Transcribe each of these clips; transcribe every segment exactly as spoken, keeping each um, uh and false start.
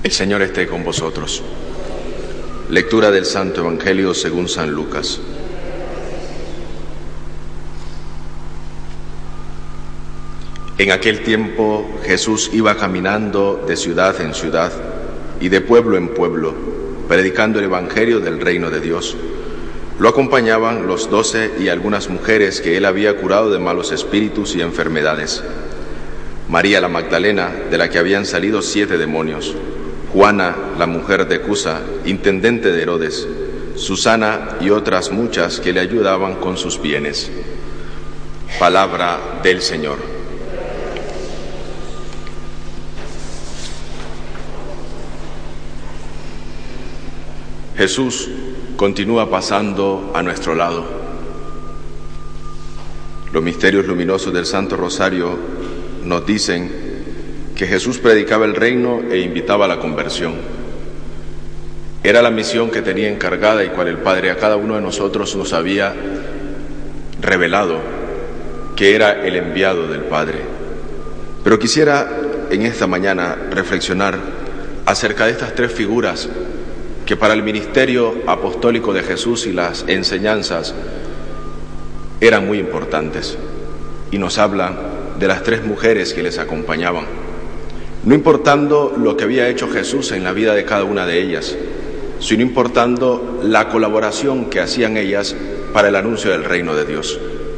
El Señor esté con vosotros. Lectura del Santo Evangelio según San Lucas. En aquel tiempo Jesús iba caminando de ciudad en ciudad y de pueblo en pueblo, predicando el Evangelio del reino de Dios. Lo acompañaban los doce y algunas mujeres que él había curado de malos espíritus y enfermedades. María la Magdalena, de la que habían salido siete demonios; Juana, la mujer de Cusa, intendente de Herodes; Susana y otras muchas que le ayudaban con sus bienes. Palabra del Señor. Jesús continúa pasando a nuestro lado. Los misterios luminosos del Santo Rosario nos dicen que Jesús predicaba el reino e invitaba a la conversión. Era la misión que tenía encargada y cual el Padre a cada uno de nosotros nos había revelado que era el enviado del Padre. Pero quisiera en esta mañana reflexionar acerca de estas tres figuras que para el ministerio apostólico de Jesús y las enseñanzas eran muy importantes, y nos habla de las tres mujeres que les acompañaban, no importando lo que había hecho Jesús en la vida de cada una de ellas, sino importando la colaboración que hacían ellas para el anuncio del reino de Dios.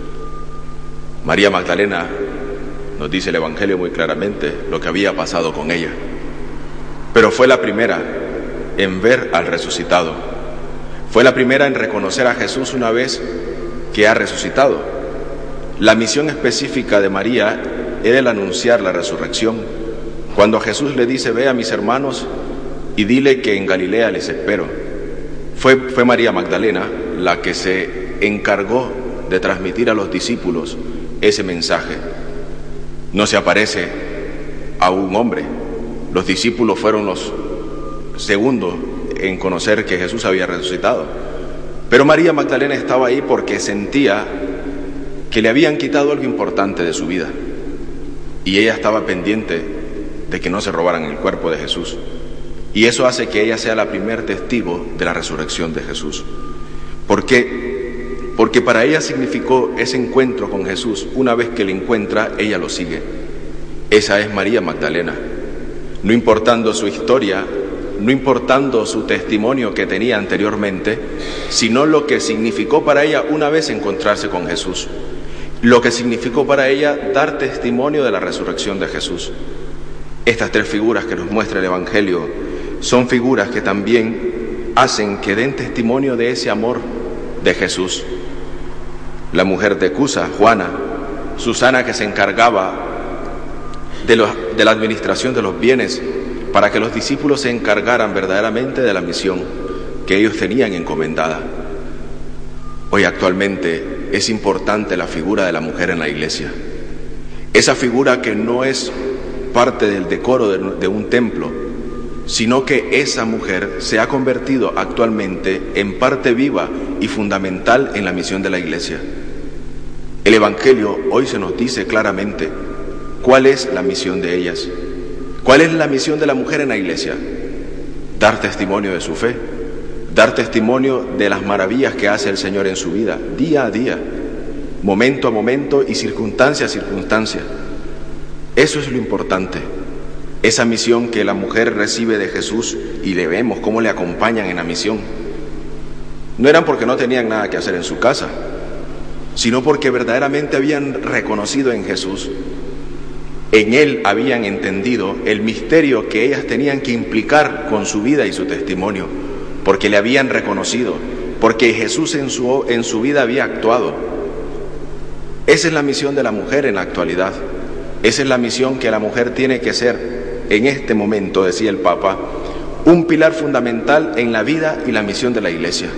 María Magdalena, nos dice el Evangelio muy claramente lo que había pasado con ella, pero fue la primera en ver al resucitado. Fue la primera en reconocer a Jesús una vez que ha resucitado. La misión específica de María era el anunciar la resurrección. Cuando Jesús le dice: ve a mis hermanos y dile que en Galilea les espero, fue, fue María Magdalena la que se encargó de transmitir a los discípulos ese mensaje. No se aparece a un hombre. Los discípulos fueron los segundos en conocer que Jesús había resucitado, pero María Magdalena estaba ahí porque sentía que le habían quitado algo importante de su vida, y ella estaba pendiente de que no se robaran el cuerpo de Jesús, y eso hace que ella sea la primer testigo de la resurrección de Jesús. ¿Por qué? Porque para ella significó ese encuentro con Jesús. Una vez que le encuentra, ella lo sigue. Esa es María Magdalena. No importando su historia, no importando su testimonio que tenía anteriormente, sino lo que significó para ella una vez encontrarse con Jesús, lo que significó para ella dar testimonio de la resurrección de Jesús. Estas tres figuras que nos muestra el Evangelio son figuras que también hacen que den testimonio de ese amor de Jesús. La mujer de Cusa, Juana; Susana, que se encargaba de, los, de la administración de los bienes para que los discípulos se encargaran verdaderamente de la misión que ellos tenían encomendada. Hoy actualmente es importante la figura de la mujer en la iglesia. Esa figura que no es parte del decoro de, de un templo, sino que esa mujer se ha convertido actualmente en parte viva y fundamental en la misión de la iglesia. El Evangelio hoy se nos dice claramente cuál es la misión de ellas. ¿Cuál es la misión de la mujer en la iglesia? Dar testimonio de su fe, dar testimonio de las maravillas que hace el Señor en su vida, día a día, momento a momento y circunstancia a circunstancia. Eso es lo importante, esa misión que la mujer recibe de Jesús, y le vemos cómo le acompañan en la misión. No eran porque no tenían nada que hacer en su casa, sino porque verdaderamente habían reconocido en Jesús. En Él habían entendido el misterio que ellas tenían que implicar con su vida y su testimonio, porque le habían reconocido, porque Jesús en su, en su vida había actuado. Esa es la misión de la mujer en la actualidad. Esa es la misión que la mujer tiene que ser en este momento, decía el Papa, un pilar fundamental en la vida y la misión de la Iglesia.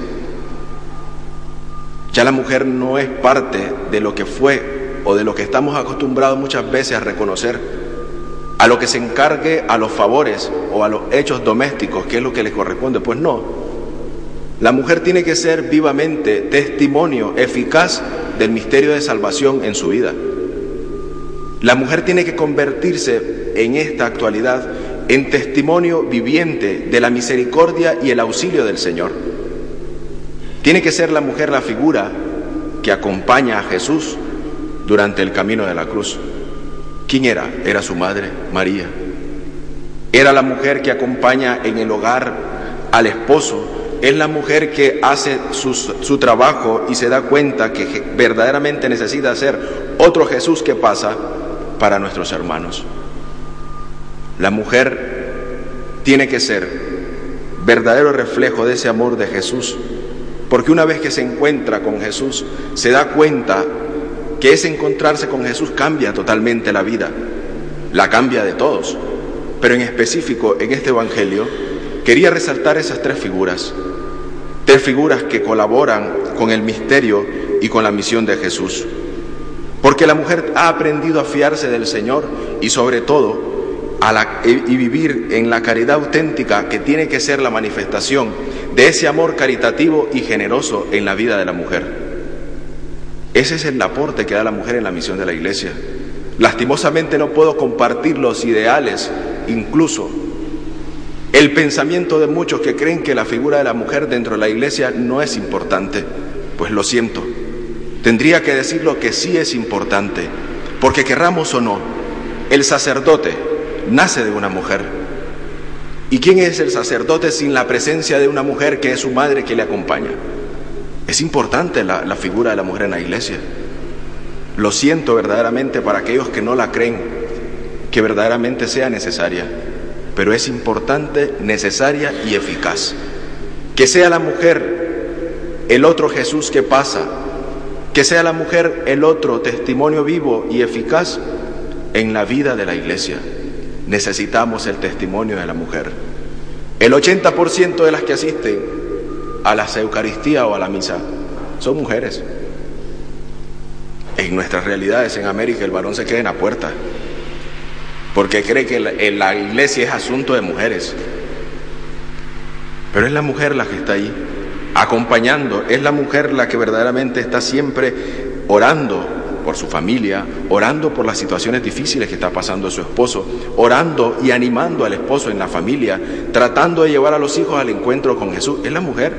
Ya la mujer no es parte de lo que fue o de lo que estamos acostumbrados muchas veces a reconocer, a lo que se encargue a los favores o a los hechos domésticos, que es lo que le corresponde. Pues no, la mujer tiene que ser vivamente testimonio eficaz del misterio de salvación en su vida. La mujer tiene que convertirse en esta actualidad en testimonio viviente de la misericordia y el auxilio del Señor. Tiene que ser la mujer la figura que acompaña a Jesús durante el camino de la cruz. ¿Quién era? Era su madre, María. Era la mujer que acompaña en el hogar al esposo. Es la mujer que hace su, su trabajo y se da cuenta que verdaderamente necesita ser otro Jesús que pasa para nuestros hermanos. La mujer tiene que ser verdadero reflejo de ese amor de Jesús, porque una vez que se encuentra con Jesús, se da cuenta que ese encontrarse con Jesús cambia totalmente la vida, la cambia de todos. Pero en específico, en este Evangelio, quería resaltar esas tres figuras, tres figuras que colaboran con el misterio y con la misión de Jesús. Porque la mujer ha aprendido a fiarse del Señor y sobre todo a la, y vivir en la caridad auténtica que tiene que ser la manifestación de ese amor caritativo y generoso en la vida de la mujer. Ese es el aporte que da la mujer en la misión de la Iglesia. Lastimosamente no puedo compartir los ideales, incluso el pensamiento de muchos que creen que la figura de la mujer dentro de la Iglesia no es importante. Pues lo siento, tendría que decirlo que sí es importante, porque querramos o no, el sacerdote nace de una mujer. ¿Y quién es el sacerdote sin la presencia de una mujer que es su madre que le acompaña? Es importante la, la figura de la mujer en la Iglesia. Lo siento verdaderamente para aquellos que no la creen, que verdaderamente sea necesaria, pero es importante, necesaria y eficaz. Que sea la mujer el otro Jesús que pasa, que sea la mujer el otro testimonio vivo y eficaz en la vida de la Iglesia. Necesitamos el testimonio de la mujer. El ochenta por ciento de las que asisten a la Eucaristía o a la misa son mujeres. En nuestras realidades en América el varón se queda en la puerta porque cree que la, la iglesia es asunto de mujeres. Pero es la mujer la que está ahí, acompañando. Es la mujer la que verdaderamente está siempre orando por su familia, orando por las situaciones difíciles que está pasando su esposo, orando y animando al esposo en la familia, tratando de llevar a los hijos al encuentro con Jesús. Es la mujer.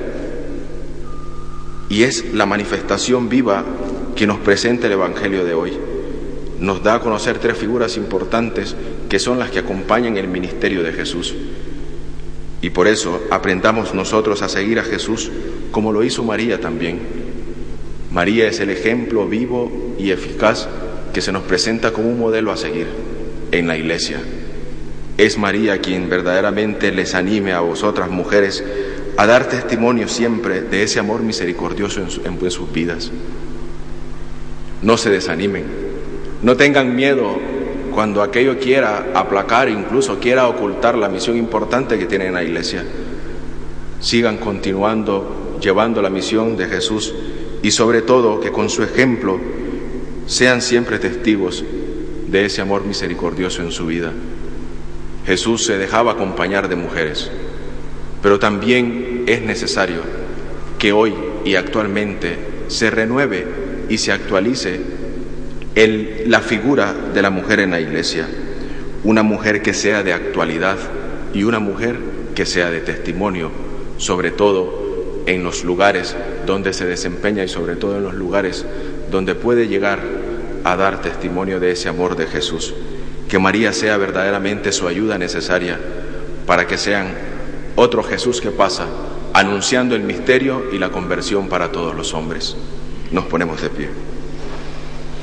Y es la manifestación viva que nos presenta el Evangelio de hoy. Nos da a conocer tres figuras importantes que son las que acompañan el ministerio de Jesús. Y por eso aprendamos nosotros a seguir a Jesús como lo hizo María también. María es el ejemplo vivo y eficaz que se nos presenta como un modelo a seguir en la Iglesia. Es María quien verdaderamente les anime a vosotras mujeres a dar testimonio siempre de ese amor misericordioso en, su, en sus vidas. No se desanimen, no tengan miedo cuando aquello quiera aplacar, incluso quiera ocultar la misión importante que tienen en la Iglesia. Sigan continuando, llevando la misión de Jesús y sobre todo que con su ejemplo sean siempre testigos de ese amor misericordioso en su vida. Jesús se dejaba acompañar de mujeres, pero también es necesario que hoy y actualmente se renueve y se actualice el, la figura de la mujer en la Iglesia, una mujer que sea de actualidad y una mujer que sea de testimonio, sobre todo en los lugares donde se desempeña y sobre todo en los lugares donde puede llegar a dar testimonio de ese amor de Jesús. Que María sea verdaderamente su ayuda necesaria para que sean otro Jesús que pasa, anunciando el misterio y la conversión para todos los hombres. Nos ponemos de pie.